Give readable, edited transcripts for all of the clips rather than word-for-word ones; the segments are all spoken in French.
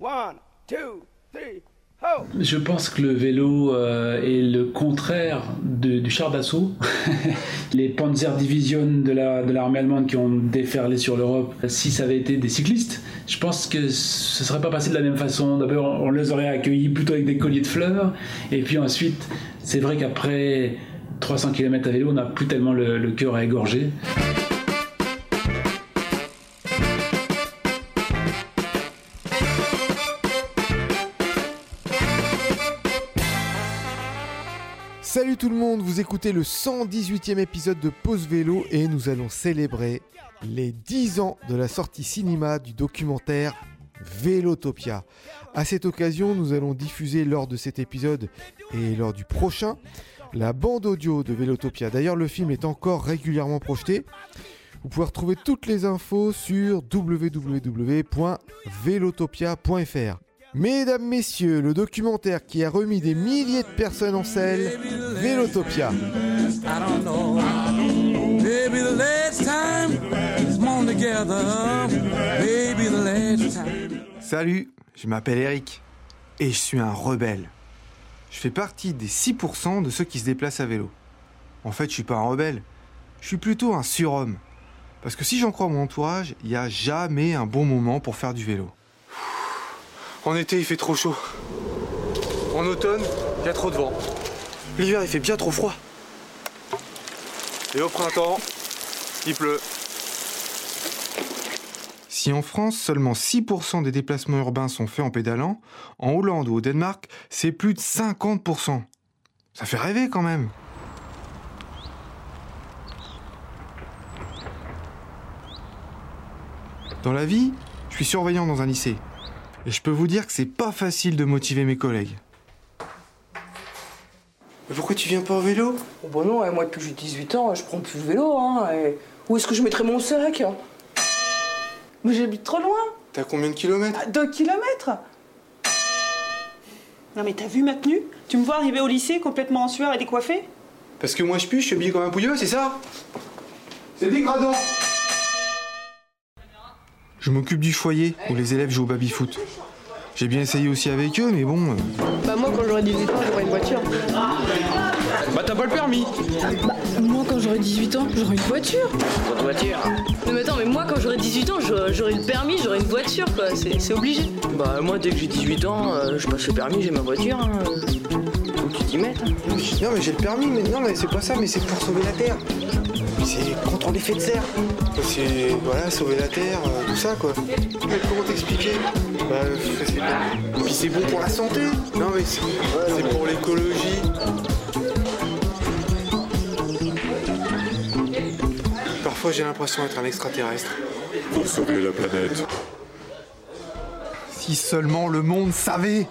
1, 2, 3, ho! Je pense que le vélo est le contraire du char d'assaut. Les Panzerdivision de l'armée allemande qui ont déferlé sur l'Europe, si ça avait été des cyclistes, je pense que ce ne serait pas passé de la même façon. D'abord, on les aurait accueillis plutôt avec des colliers de fleurs, et puis ensuite, c'est vrai qu'après 300 km à vélo, on n'a plus tellement le cœur à égorger. Salut tout le monde, vous écoutez le 118e épisode de Pause Vélo et nous allons célébrer les 10 ans de la sortie cinéma du documentaire Vélotopia. À cette occasion, nous allons diffuser lors de cet épisode et lors du prochain la bande audio de Vélotopia. D'ailleurs, le film est encore régulièrement projeté. Vous pouvez retrouver toutes les infos sur www.velotopia.fr. Mesdames, messieurs, le documentaire qui a remis des milliers de personnes en selle, Vélotopia. Salut, je m'appelle Eric et je suis un rebelle. Je fais partie des 6% de ceux qui se déplacent à vélo. En fait, je suis pas un rebelle, je suis plutôt un surhomme. Parce que si j'en crois mon entourage, il n'y a jamais un bon moment pour faire du vélo. En été, il fait trop chaud. En automne, il y a trop de vent. L'hiver, il fait bien trop froid. Et au printemps, il pleut. Si en France, seulement 6% des déplacements urbains sont faits en pédalant, en Hollande ou au Danemark, c'est plus de 50%. Ça fait rêver quand même. Dans la vie, je suis surveillant dans un lycée. Et je peux vous dire que c'est pas facile de motiver mes collègues. Mais pourquoi tu viens pas au vélo ? Oh bah non, moi depuis que j'ai 18 ans, je prends plus le vélo. Où est-ce que je mettrais mon sac ? Mais j'habite trop loin. T'as combien de kilomètres ? 2 kilomètres. Non mais t'as vu ma tenue ? Tu me vois arriver au lycée complètement en sueur et décoiffée ? Parce que moi je pue, je suis habillé comme un pouilleux, c'est ça ? C'est dégradant. Je m'occupe du foyer où les élèves jouent au baby-foot. J'ai bien essayé aussi avec eux, mais bon... Bah moi quand j'aurai 18 ans, j'aurai une voiture. Bah t'as pas le permis. Bah moi quand j'aurai 18 ans, j'aurai une voiture. Votre voiture ? Non mais attends, mais moi quand j'aurai 18 ans, j'aurai le permis, j'aurai une voiture quoi, c'est obligé. Bah moi dès que j'ai 18 ans, je passe le permis, j'ai ma voiture. Faut que tu t'y mettes. Non mais j'ai le permis, mais non mais c'est pas ça, mais c'est pour sauver la terre. C'est contre l'effet de serre. C'est, voilà, sauver la terre, tout ça, quoi. Mais comment t'expliquer ? Bah, c'est pas... Puis c'est bon pour la santé. Non, mais c'est pour l'écologie. Parfois, j'ai l'impression d'être un extraterrestre. Pour sauver la planète. Si seulement le monde savait.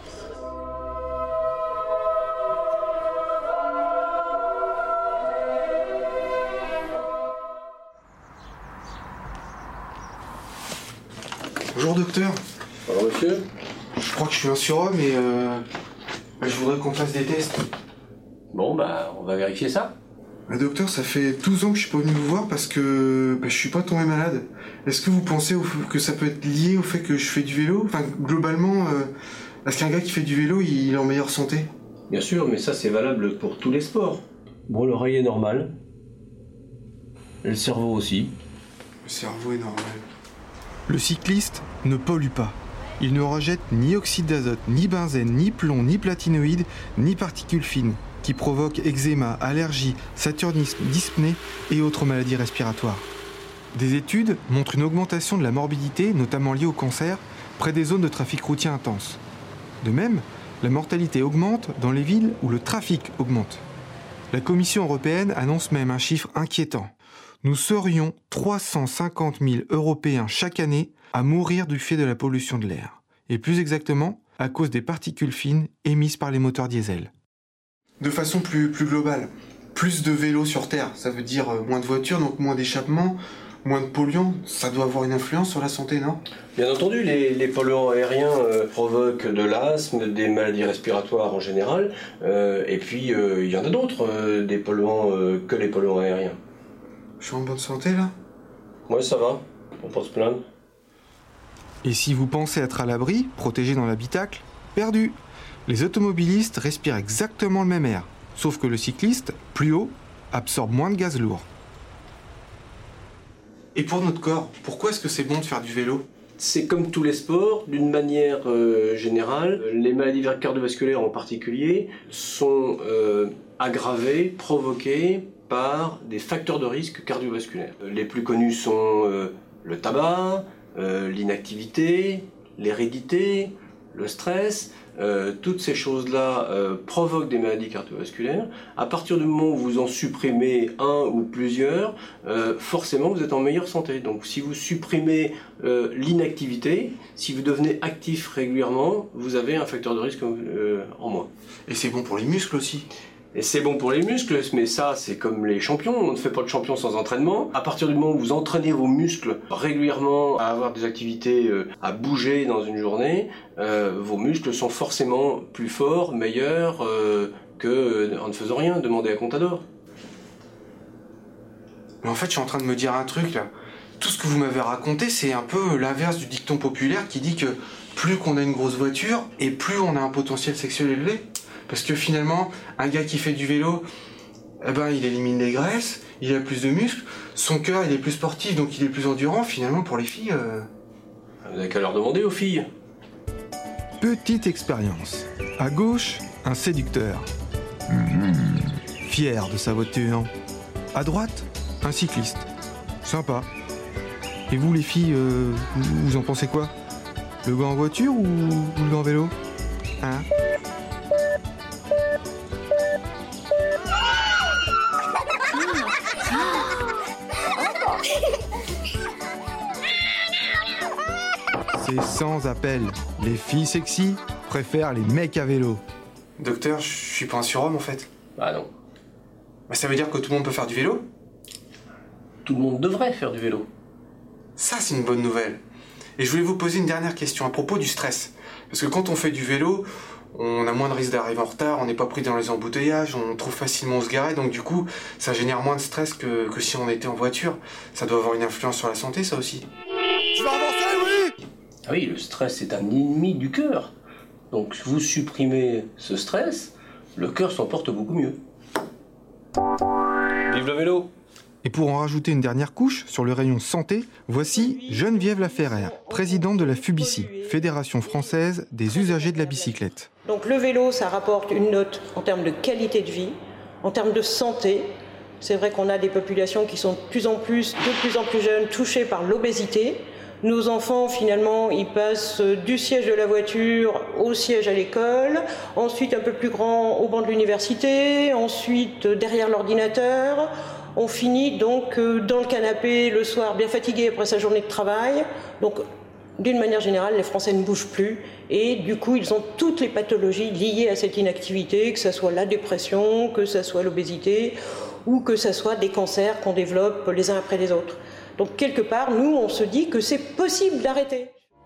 Bonjour docteur. Bonjour monsieur. Je crois que je suis un surhomme et je voudrais qu'on fasse des tests. Bon bah on va vérifier ça. Docteur, ça fait 12 ans que je suis pas venu vous voir parce que je suis pas tombé malade. Est-ce que vous pensez que ça peut être lié au fait que je fais du vélo ? Enfin, globalement, est-ce qu'un gars qui fait du vélo, il est en meilleure santé ? Bien sûr, mais ça c'est valable pour tous les sports. Bon, l'oreille est normale. Et le cerveau aussi. Le cerveau est normal. Le cycliste ne pollue pas. Il ne rejette ni oxyde d'azote, ni benzène, ni plomb, ni platinoïdes, ni particules fines, qui provoquent eczéma, allergies, saturnisme, dyspnée et autres maladies respiratoires. Des études montrent une augmentation de la morbidité, notamment liée au cancer, près des zones de trafic routier intense. De même, la mortalité augmente dans les villes où le trafic augmente. La Commission européenne annonce même un chiffre inquiétant. Nous serions 350 000 Européens chaque année à mourir du fait de la pollution de l'air. Et plus exactement, à cause des particules fines émises par les moteurs diesel. De façon plus globale, plus de vélos sur Terre, ça veut dire moins de voitures, donc moins d'échappements, moins de polluants. Ça doit avoir une influence sur la santé, non ? Bien entendu, les polluants aériens provoquent de l'asthme, des maladies respiratoires en général, et puis il y en a d'autres, des polluants que les polluants aériens. Je suis en bonne santé, là ? Ouais, ça va, on peut se plaindre. Et si vous pensez être à l'abri, protégé dans l'habitacle, perdu. Les automobilistes respirent exactement le même air, sauf que le cycliste, plus haut, absorbe moins de gaz lourd. Et pour notre corps, pourquoi est-ce que c'est bon de faire du vélo ? C'est comme tous les sports, d'une manière générale, les maladies cardiovasculaires en particulier sont aggravées, provoquées par des facteurs de risque cardiovasculaires. Les plus connus sont le tabac, l'inactivité, l'hérédité, le stress. Toutes ces choses-là provoquent des maladies cardiovasculaires. À partir du moment où vous en supprimez un ou plusieurs, forcément vous êtes en meilleure santé. Donc si vous supprimez l'inactivité, si vous devenez actif régulièrement, vous avez un facteur de risque en moins. Et c'est bon pour les muscles aussi. Et c'est bon pour les muscles, mais ça c'est comme les champions, on ne fait pas de champion sans entraînement. À partir du moment où vous entraînez vos muscles régulièrement à avoir des activités, à bouger dans une journée, vos muscles sont forcément plus forts, meilleurs qu'en ne faisant rien, demandez à Contador. Mais en fait je suis en train de me dire un truc là. Tout ce que vous m'avez raconté c'est un peu l'inverse du dicton populaire qui dit que plus qu'on a une grosse voiture et plus on a un potentiel sexuel élevé. Parce que finalement, un gars qui fait du vélo, eh ben, il élimine les graisses, il a plus de muscles, son cœur il est plus sportif, donc il est plus endurant. Finalement, pour les filles... Vous n'avez qu'à leur demander aux filles. Petite expérience. À gauche, un séducteur. Fier de sa voiture. À droite, un cycliste. Sympa. Et vous les filles, vous en pensez quoi ? Le gars en voiture ou le gars en vélo ? Hein ? C'est sans appel. Les filles sexy préfèrent les mecs à vélo. Docteur, je suis pas un surhomme en fait. Ah non. Bah, ça veut dire que tout le monde peut faire du vélo ? Tout le monde devrait faire du vélo. Ça, c'est une bonne nouvelle. Et je voulais vous poser une dernière question à propos du stress. Parce que quand on fait du vélo, on a moins de risque d'arriver en retard, on n'est pas pris dans les embouteillages, on trouve facilement où se garer, donc du coup, ça génère moins de stress que si on était en voiture. Ça doit avoir une influence sur la santé, ça aussi. Tu vas avancer, oui ? Ah oui, le stress est un ennemi du cœur. Donc si vous supprimez ce stress, le cœur s'en porte beaucoup mieux. Vive le vélo! Et pour en rajouter une dernière couche sur le rayon santé, voici Geneviève Laferrère, présidente de la FUBICI, Fédération française des usagers de la bicyclette. Donc le vélo, ça rapporte une note en termes de qualité de vie, en termes de santé. C'est vrai qu'on a des populations qui sont de plus en plus jeunes, touchées par l'obésité. Nos enfants, finalement, ils passent du siège de la voiture au siège à l'école, ensuite un peu plus grand au banc de l'université, ensuite derrière l'ordinateur. On finit donc dans le canapé le soir, bien fatigué après sa journée de travail. Donc, d'une manière générale, les Français ne bougent plus et du coup, ils ont toutes les pathologies liées à cette inactivité, que ce soit la dépression, que ce soit l'obésité ou que ce soit des cancers qu'on développe les uns après les autres. Donc, quelque part, nous, on se dit que c'est possible d'arrêter.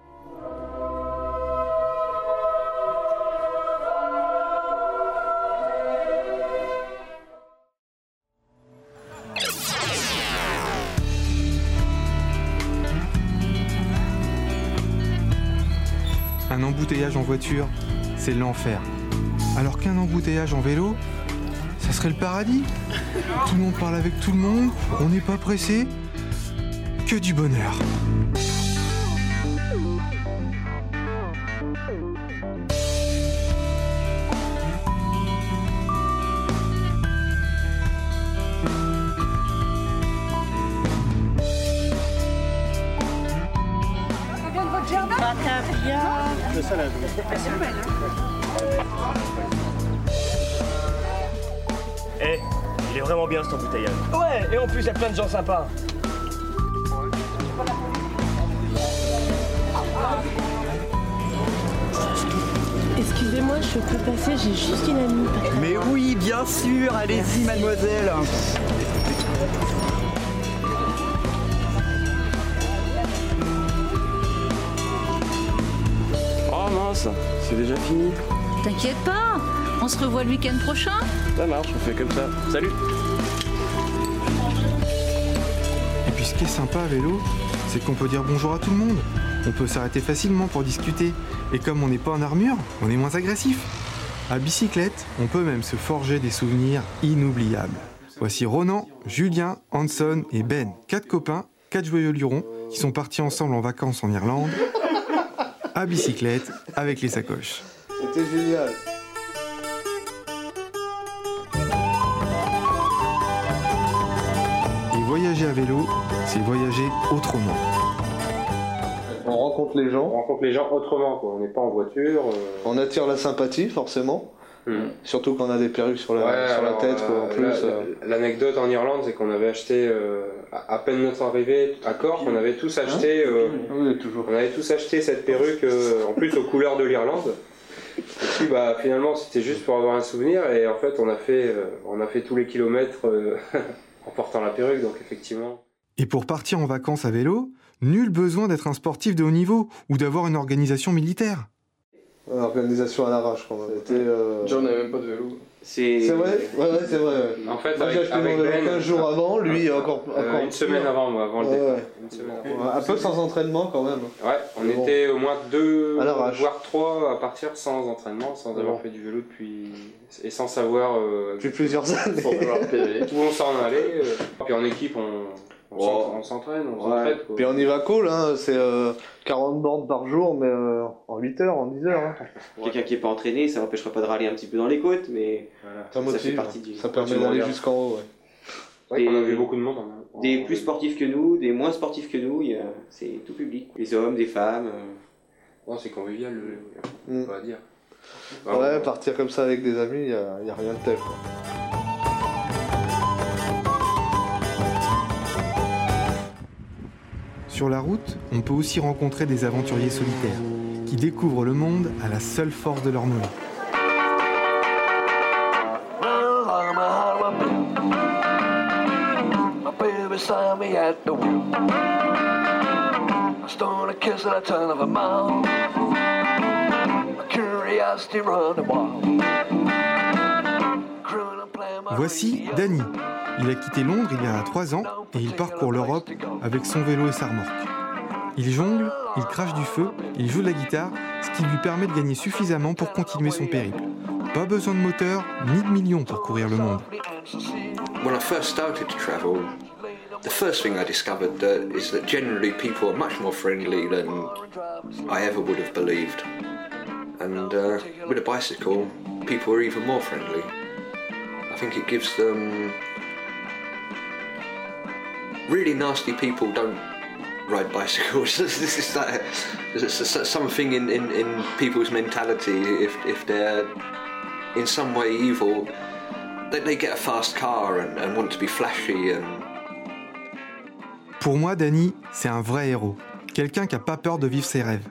Un embouteillage en voiture, c'est l'enfer. Alors qu'un embouteillage en vélo, ça serait le paradis. Tout le monde parle avec tout le monde, on n'est pas pressé. Que du bonheur. Ça vient de votre jardin ? C'est ça la vie. C'est super belle, hein ? Eh, il est vraiment bien cet embouteillage. Ouais, et en plus, il y a plein de gens sympas. Excusez-moi, je peux passer, j'ai juste une amie. Mais oui, bien sûr, allez-y mademoiselle. Oh mince, c'est déjà fini. T'inquiète pas, on se revoit le week-end prochain. Ça marche, on fait comme ça. Salut. Et puis ce qui est sympa à vélo, c'est qu'on peut dire bonjour à tout le monde. on peut s'arrêter facilement pour discuter. Et comme on n'est pas en armure, on est moins agressif. À bicyclette, on peut même se forger des souvenirs inoubliables. Voici Ronan, Julien, Hanson et Ben, 4 copains, 4 joyeux lurons, qui sont partis ensemble en vacances en Irlande, à bicyclette, avec les sacoches. C'était génial. Et voyager à vélo, c'est voyager autrement. On rencontre les gens. On rencontre les gens autrement, quoi. On n'est pas en voiture. On attire la sympathie, forcément. Surtout quand on a des perruques sur la tête, quoi, en plus. L'anecdote en Irlande, c'est qu'on avait acheté, à peine notre arrivée à Cork, on avait tous acheté, oui, toujours. On avait tous acheté cette perruque, en plus aux couleurs de l'Irlande. Et puis finalement, c'était juste pour avoir un souvenir, et en fait, on a fait tous les kilomètres en portant la perruque, donc effectivement. Et pour partir en vacances à vélo, nul besoin d'être un sportif de haut niveau ou d'avoir une organisation militaire. Organisation à l'arrache quand même. John n'avait même pas de vélo. C'est vrai. Ouais, c'est vrai. Ouais. En fait, moi j'ai acheté mon vélo 15 jours avant, lui encore une semaine avant, moi, avant le départ. Une semaine avant. Un peu sans entraînement quand même. Ouais, on était au moins 2, voire 3 à partir sans entraînement, sans avoir fait du vélo depuis... et sans savoir... depuis plusieurs années. Où on s'en allait. Puis en équipe, on s'entraîne, on s'entraide. Puis on y va cool, hein. C'est 40 bornes par jour, mais en 8 heures, en 10 heures. Hein. Quelqu'un qui n'est pas entraîné, ça n'empêchera pas de râler un petit peu dans les côtes, mais ça fait partie du... Ça permet d'aller jusqu'en haut, ouais. On a vu beaucoup de monde. Des plus sportifs que nous, des moins sportifs que nous, c'est tout public. Des hommes, des femmes. C'est convivial, on va dire. Ouais, partir comme ça avec des amis, il n'y a rien de tel, quoi. Sur la route, on peut aussi rencontrer des aventuriers solitaires qui découvrent le monde à la seule force de leur noué. Voici Danny. Il a quitté Londres il y a 3 ans et il parcourt l'Europe avec son vélo et sa remorque. Il jongle, il crache du feu, il joue de la guitare, ce qui lui permet de gagner suffisamment pour continuer son périple. Pas besoin de moteur ni de millions pour courir le monde. When I first started to travel, the first thing I discovered is that generally people are much more friendly than I ever would have believed. And with a bicycle, people are even more friendly. I think it gives them... Really nasty people don't ride bicycles. There's something in people's mentality. If they're in some way evil, they get a fast car and want to be flashy. Pour moi, Danny, c'est un vrai héros. Quelqu'un qui n'a pas peur de vivre ses rêves.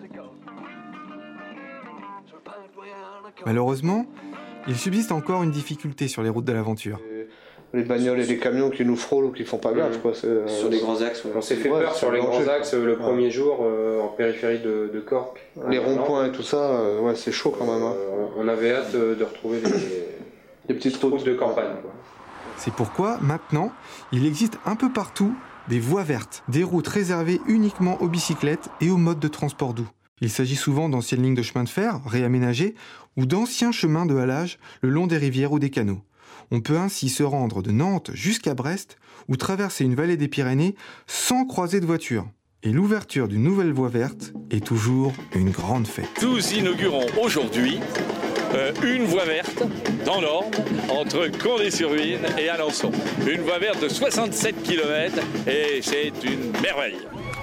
Malheureusement, il subsiste encore une difficulté sur les routes de l'aventure. Les bagnoles et les camions qui nous frôlent ou qui font pas gaffe, quoi. Sur les grands axes, on s'est fait peur sur les grands axes le premier jour en périphérie de Cork. Les ronds-points et tout ça, c'est chaud quand même. Hein. On avait hâte de retrouver les petites routes de campagne, quoi. C'est pourquoi, maintenant, il existe un peu partout des voies vertes, des routes réservées uniquement aux bicyclettes et aux modes de transport doux. Il s'agit souvent d'anciennes lignes de chemin de fer réaménagées ou d'anciens chemins de halage le long des rivières ou des canaux. On peut ainsi se rendre de Nantes jusqu'à Brest ou traverser une vallée des Pyrénées sans croiser de voiture. Et l'ouverture d'une nouvelle voie verte est toujours une grande fête. Nous inaugurons aujourd'hui une voie verte dans l'Orne entre Condé-sur-Huisne et Alençon. Une voie verte de 67 km et c'est une merveille.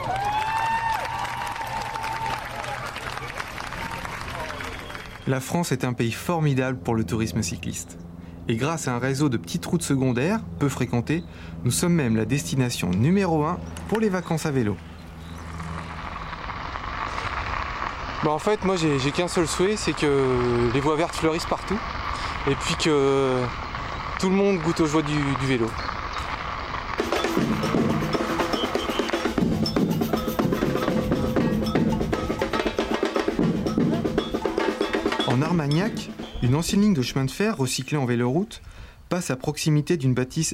La France est un pays formidable pour le tourisme cycliste. Et grâce à un réseau de petites routes secondaires, peu fréquentées, nous sommes même la destination numéro 1 pour les vacances à vélo. En fait, moi j'ai qu'un seul souhait, c'est que les voies vertes fleurissent partout et puis que tout le monde goûte aux joies du vélo. En Armagnac, une ancienne ligne de chemin de fer recyclée en véloroute passe à proximité d'une bâtisse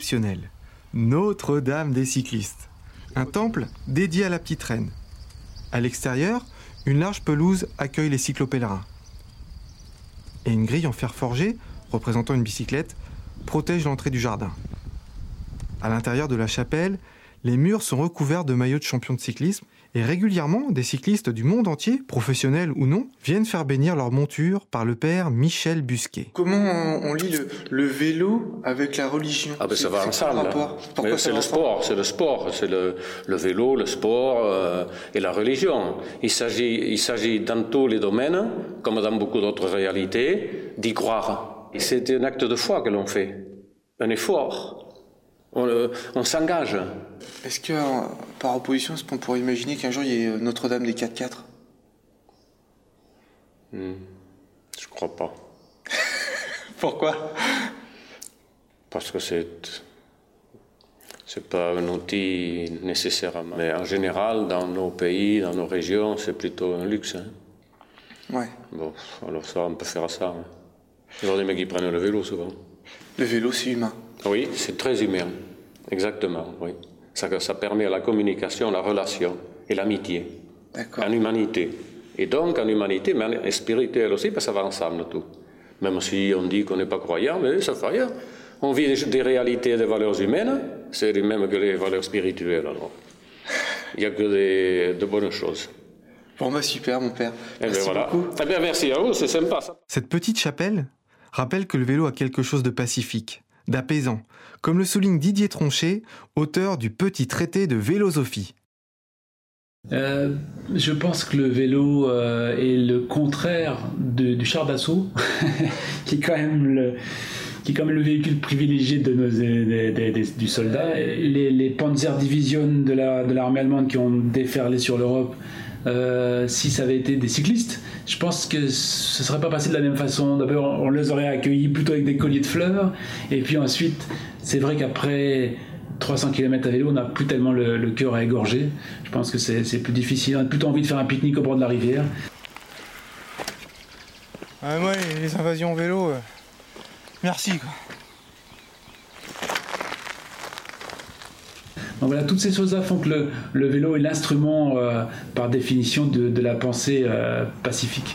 exceptionnelle, Notre-Dame des cyclistes, un temple dédié à la petite reine. À l'extérieur, une large pelouse accueille les cyclopèlerins. Et une grille en fer forgé, représentant une bicyclette, protège l'entrée du jardin. À l'intérieur de la chapelle, les murs sont recouverts de maillots de champions de cyclisme et régulièrement, des cyclistes du monde entier, professionnels ou non, viennent faire bénir leur monture par le père Michel Busquet. Comment on lit le vélo avec la religion? Ah ben ça va ensemble. C'est le sport, c'est le vélo, le sport et la religion. Il s'agit dans tous les domaines, comme dans beaucoup d'autres réalités, d'y croire. Et c'est un acte de foi que l'on fait, un effort. On s'engage. Est-ce que, par opposition, est-ce qu'on pourrait imaginer qu'un jour il y ait Notre-Dame des 4x4 ? Je crois pas. Pourquoi ? Parce que c'est pas un outil nécessairement. Mais en général, dans nos pays, dans nos régions, c'est plutôt un luxe. Hein. Ouais. Bon, alors ça, on peut faire ça. Hein. Il y a des mecs qui prennent le vélo souvent. Le vélo, c'est humain. Oui, c'est très humain. Exactement, oui. Ça permet la communication, la relation et l'amitié. D'accord. En humanité. Et donc, en humanité, mais en spirituel aussi, parce que ça va ensemble tout. Même si on dit qu'on n'est pas croyant, mais ça fait rien. On vit des réalités, des valeurs humaines, c'est les mêmes que les valeurs spirituelles. Alors. Il n'y a que de bonnes choses. Bon, bah super, mon père. Merci beaucoup. Eh bien, merci à vous, c'est sympa. Ça. Cette petite chapelle rappelle que le vélo a quelque chose de pacifique, d'apaisant, comme le souligne Didier Tronchet, auteur du petit traité de vélosophie. Je pense que le vélo est le contraire du char d'assaut, qui est quand même le véhicule privilégié du soldat. Les Panzerdivision de l'armée allemande qui ont déferlé sur l'Europe, si ça avait été des cyclistes, je pense que ce ne serait pas passé de la même façon. D'abord, on les aurait accueillis plutôt avec des colliers de fleurs, et puis ensuite, c'est vrai qu'après 300 km à vélo, on n'a plus tellement le cœur à égorger. Je pense que c'est plus difficile. On a plutôt envie de faire un pique-nique au bord de la rivière. Moi, les invasions vélo, merci quoi. Donc voilà, toutes ces choses-là font que le vélo est l'instrument, par définition, de la pensée pacifique.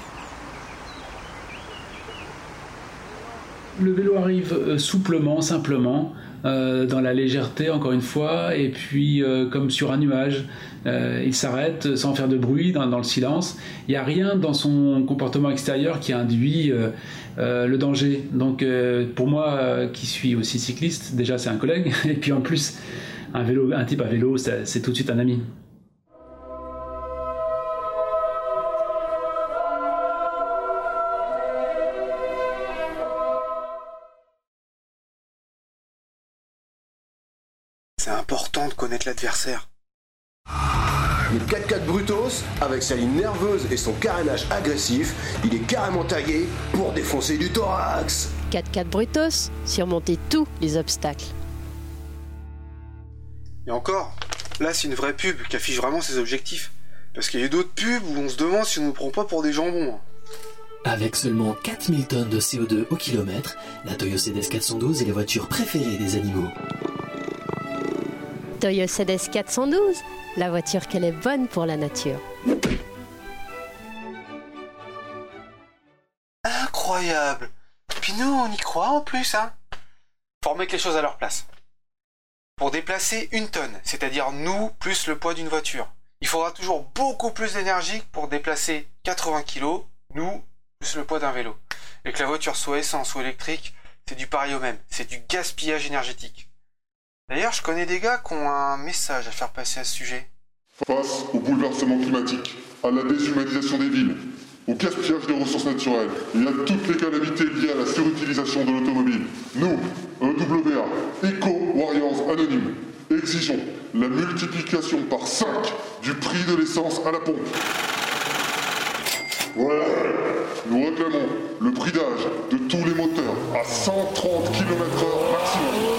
Le vélo arrive souplement, simplement, dans la légèreté, encore une fois, et puis comme sur un nuage, il s'arrête sans faire de bruit, dans le silence. Il n'y a rien dans son comportement extérieur qui induit le danger. Donc pour moi, qui suis aussi cycliste, déjà c'est un collègue, et puis en plus, un type à vélo, c'est tout de suite un ami. C'est important de connaître l'adversaire. Le 4x4 Brutos, avec sa ligne nerveuse et son carénage agressif, il est carrément taillé pour défoncer du thorax. 4x4 Brutos, surmonter tous les obstacles. Et encore, là c'est une vraie pub qui affiche vraiment ses objectifs. Parce qu'il y a d'autres pubs où on se demande si on ne prend pas pour des jambons. Avec seulement 4000 tonnes de CO2 au kilomètre, la Toyo CDS 412 est la voiture préférée des animaux. Toyo CDS 412, la voiture qu'elle est bonne pour la nature. Incroyable. Puis nous, on y croit en plus, hein. Faut remettre les choses à leur place. Pour déplacer 1 tonne, c'est-à-dire nous plus le poids d'une voiture, il faudra toujours beaucoup plus d'énergie que pour déplacer 80 kg, nous plus le poids d'un vélo. Et que la voiture soit essence ou électrique, c'est du pareil au même, c'est du gaspillage énergétique. D'ailleurs, je connais des gars qui ont un message à faire passer à ce sujet. Face au bouleversement climatique, à la déshumanisation des villes, au gaspillage des ressources naturelles et à toutes les calamités liées à la surutilisation de l'automobile, nous, EWA, Eco Warriors Anonymes, exigeons la multiplication par 5 du prix de l'essence à la pompe. Ouais, nous réclamons le bridage de tous les moteurs à 130 km/h maximum.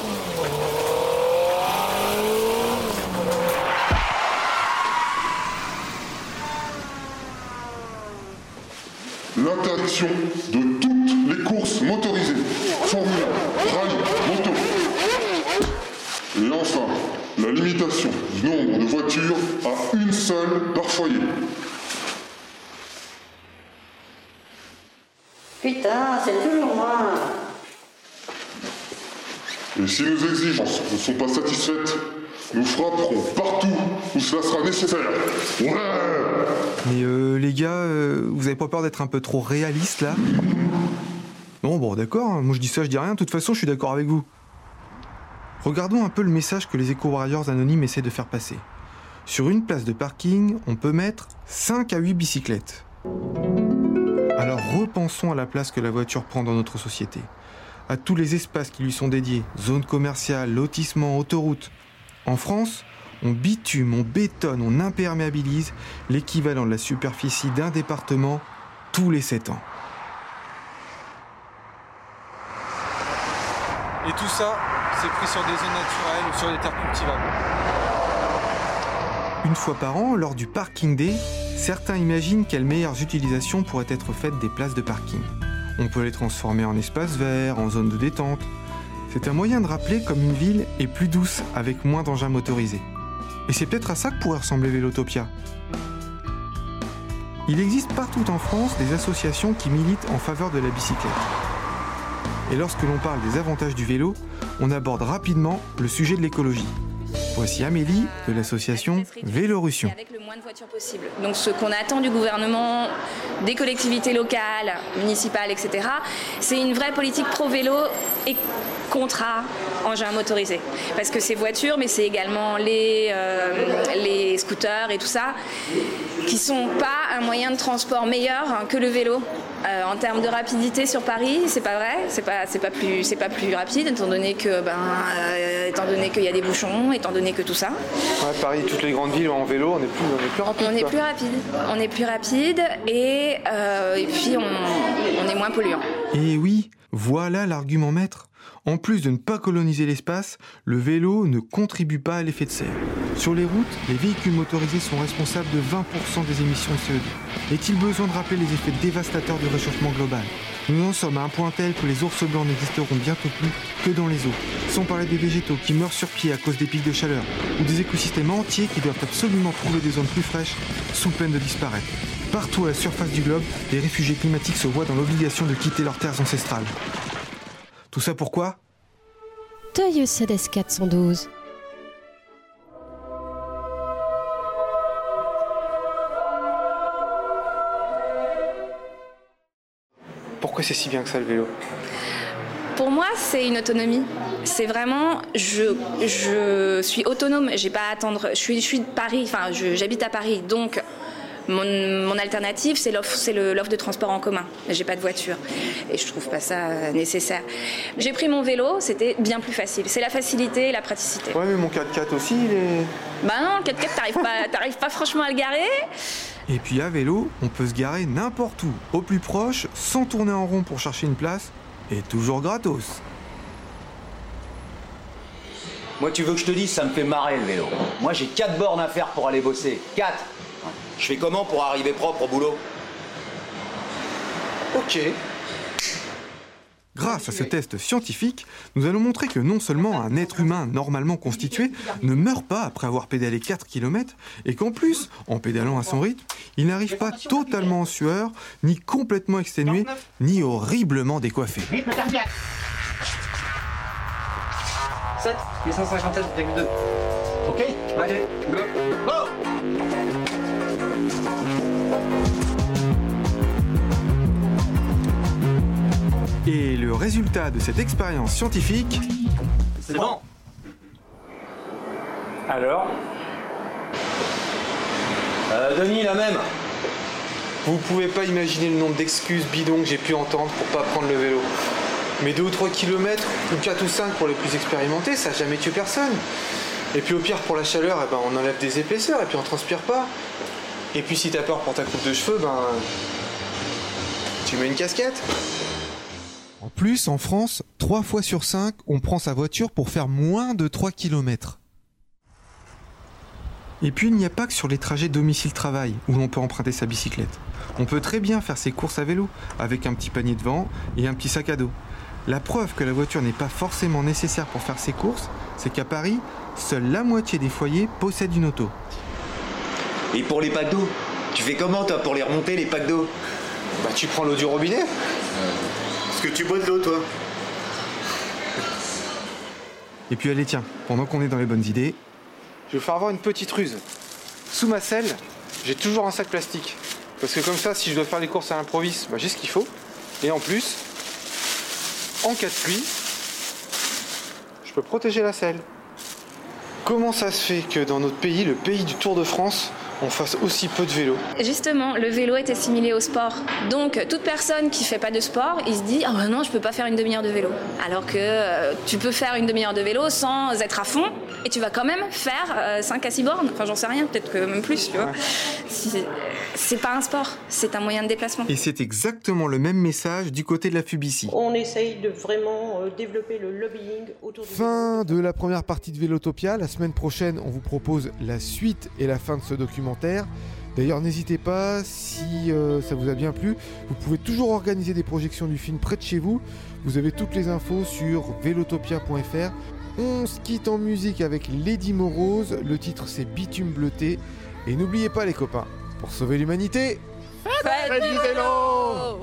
L'interdiction de toutes les courses motorisées, Formule 1, rallye, moto. Et enfin, la la limitation du nombre de voitures à une seule par foyer. Putain, c'est toujours moi. Et si nos exigences ne sont pas satisfaites, nous frapperons partout où cela sera nécessaire. Ouais. Mais les gars, vous avez pas peur d'être un peu trop réaliste là? Non, bon d'accord, moi je dis ça, je dis rien, de toute façon je suis d'accord avec vous. Regardons un peu le message que les Eco-Warriors anonymes essaient de faire passer. Sur une place de parking, on peut mettre 5 à 8 bicyclettes. Alors repensons à la place que la voiture prend dans notre société, à tous les espaces qui lui sont dédiés, zones commerciales, lotissements, autoroutes. En France, on bitume, on bétonne, on imperméabilise l'équivalent de la superficie d'un département tous les 7 ans. Et tout ça, c'est pris sur des zones naturelles ou sur des terres cultivables. Une fois par an, lors du Parking Day, certains imaginent quelles meilleures utilisations pourraient être faites des places de parking. On peut les transformer en espaces verts, en zones de détente. C'est un moyen de rappeler comme une ville est plus douce avec moins d'engins motorisés. Et c'est peut-être à ça que pourrait ressembler Vélotopia. Il existe partout en France des associations qui militent en faveur de la bicyclette. Et lorsque l'on parle des avantages du vélo, on aborde rapidement le sujet de l'écologie. Voici Amélie de l'association Vélorussion. Avec le moins de voitures possible. Donc ce qu'on attend du gouvernement, des collectivités locales, municipales, etc., c'est une vraie politique pro-vélo et contra engins motorisés. Parce que ces voitures, mais c'est également les scooters et tout ça, qui sont pas un moyen de transport meilleur que le vélo. En termes de rapidité sur Paris, c'est pas vrai, c'est pas plus rapide, étant donné qu'il y a des bouchons, étant donné que tout ça. Ouais, Paris, toutes les grandes villes en vélo, on est plus rapide. On est plus rapide et puis on est moins polluant. Et oui, voilà l'argument maître. En plus de ne pas coloniser l'espace, le vélo ne contribue pas à l'effet de serre. Sur les routes, les véhicules motorisés sont responsables de 20% des émissions de CO2. Est-il besoin de rappeler les effets dévastateurs du réchauffement global? Nous en sommes à un point tel que les ours blancs n'existeront bientôt plus que dans les eaux. Sans parler des végétaux qui meurent sur pied à cause des pics de chaleur, ou des écosystèmes entiers qui doivent absolument trouver des zones plus fraîches sous peine de disparaître. Partout à la surface du globe, les réfugiés climatiques se voient dans l'obligation de quitter leurs terres ancestrales. Tout ça pourquoi? Toyota DS412. Pourquoi c'est si bien que ça le vélo? Pour moi, c'est une autonomie. C'est vraiment, je suis autonome. J'ai pas à attendre. Je suis de Paris. Enfin, j'habite à Paris, donc. Mon alternative, c'est l'offre de transport en commun. J'ai pas de voiture et je trouve pas ça nécessaire. J'ai pris mon vélo, c'était bien plus facile. C'est la facilité et la praticité. Ouais, mais mon 4x4 aussi, il est... Bah non, le 4x4, t'arrives pas franchement à le garer. Et puis à vélo, on peut se garer n'importe où, au plus proche, sans tourner en rond pour chercher une place, et toujours gratos. Moi, tu veux que je te dise, ça me fait marrer le vélo. Moi, j'ai 4 bornes à faire pour aller bosser. 4. Je fais comment pour arriver propre au boulot? Ok. Grâce à ce test scientifique, nous allons montrer que non seulement un être humain normalement constitué ne meurt pas après avoir pédalé 4 km, et qu'en plus, en pédalant à son rythme, il n'arrive pas totalement en sueur, ni complètement exténué, ni horriblement décoiffé. 7, 857,2. Ok, allez, go. Go. Et le résultat de cette expérience scientifique... C'est bon. Alors Denis, la même. Vous pouvez pas imaginer le nombre d'excuses bidons que j'ai pu entendre pour pas prendre le vélo. Mais 2 ou 3 km, ou 4 ou 5 pour les plus expérimentés, ça n'a jamais tué personne. Et puis au pire, pour la chaleur, eh ben, on enlève des épaisseurs et puis on transpire pas. Et puis si t'as peur pour ta coupe de cheveux, ben... tu mets une casquette. En plus, en France, 3 fois sur 5, on prend sa voiture pour faire moins de 3 km. Et puis il n'y a pas que sur les trajets domicile-travail où l'on peut emprunter sa bicyclette. On peut très bien faire ses courses à vélo, avec un petit panier devant et un petit sac à dos. La preuve que la voiture n'est pas forcément nécessaire pour faire ses courses, c'est qu'à Paris, seule la moitié des foyers possèdent une auto. Et pour les packs d'eau, tu fais comment toi pour les remonter les packs d'eau? Bah tu prends l'eau du robinet. Est-ce que tu bois de l'eau toi? Et puis allez tiens, pendant qu'on est dans les bonnes idées, je vais vous faire avoir une petite ruse. Sous ma selle, j'ai toujours un sac plastique. Parce que comme ça, si je dois faire les courses à l'improviste, bah, j'ai ce qu'il faut. Et en plus, en cas de pluie, je peux protéger la selle. Comment ça se fait que dans notre pays, le pays du Tour de France, on fasse aussi peu de vélo? Justement, le vélo est assimilé au sport. Donc, toute personne qui ne fait pas de sport, il se dit « Ah ben non, je ne peux pas faire une demi-heure de vélo. » Alors que tu peux faire une demi-heure de vélo sans être à fond et tu vas quand même faire 5 à 6 bornes. Enfin, j'en sais rien, peut-être que même plus, tu vois. C'est pas un sport, c'est un moyen de déplacement. Et c'est exactement le même message du côté de la FUBICI. On essaye de vraiment développer le lobbying autour du Fin de la première partie de Vélotopia. La semaine prochaine, on vous propose la suite et la fin de ce documentaire. D'ailleurs, n'hésitez pas, si ça vous a bien plu, vous pouvez toujours organiser des projections du film près de chez vous. Vous avez toutes les infos sur velotopia.fr. On se quitte en musique avec Lady Morose. Le titre, c'est Bitume bleuté. Et n'oubliez pas, les copains, pour sauver l'humanité, faites du vélo!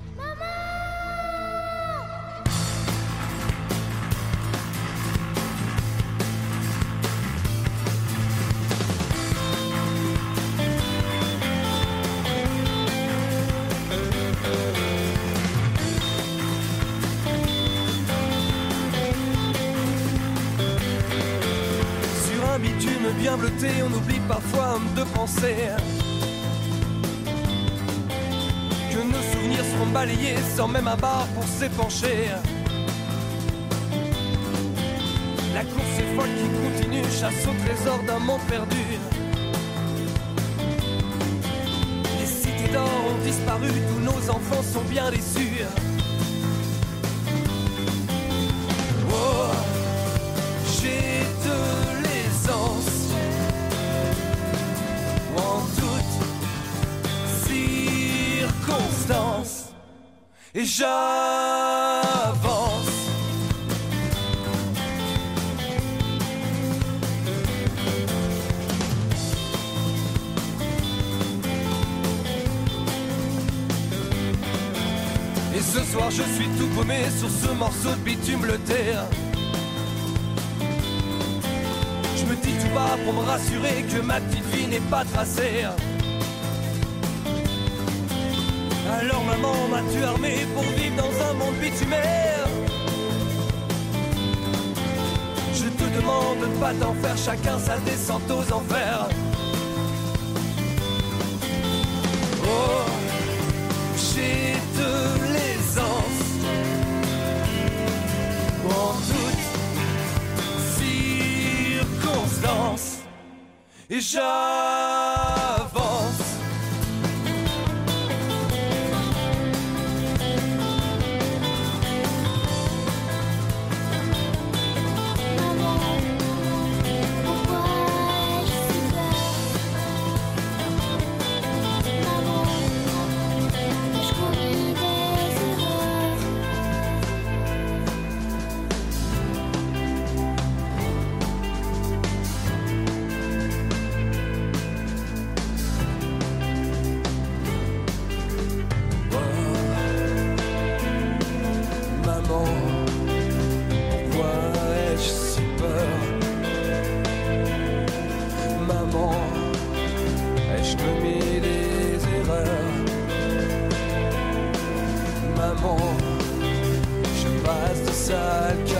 Bien bleuté, on oublie parfois de penser que nos souvenirs seront balayés sans même un bar pour s'épancher. La course est folle qui continue, chasse au trésor d'un monde perdu. Les cités d'or ont disparu, tous nos enfants sont bien déçus. Oh, j'ai de l'aisance en toutes circonstances et j'avance. Et ce soir je suis tout paumé sur ce morceau de bitume bleuté. Je me dis tout bas pour me rassurer que ma petite vie n'est pas tracée. Alors maman, m'as-tu armé pour vivre dans un monde bitumé? Je te demande de ne pas t'en faire, chacun sa descente aux enfers. Oh, j'ai de l'aisance en toutes circonstances et j'avance. Je passe de sale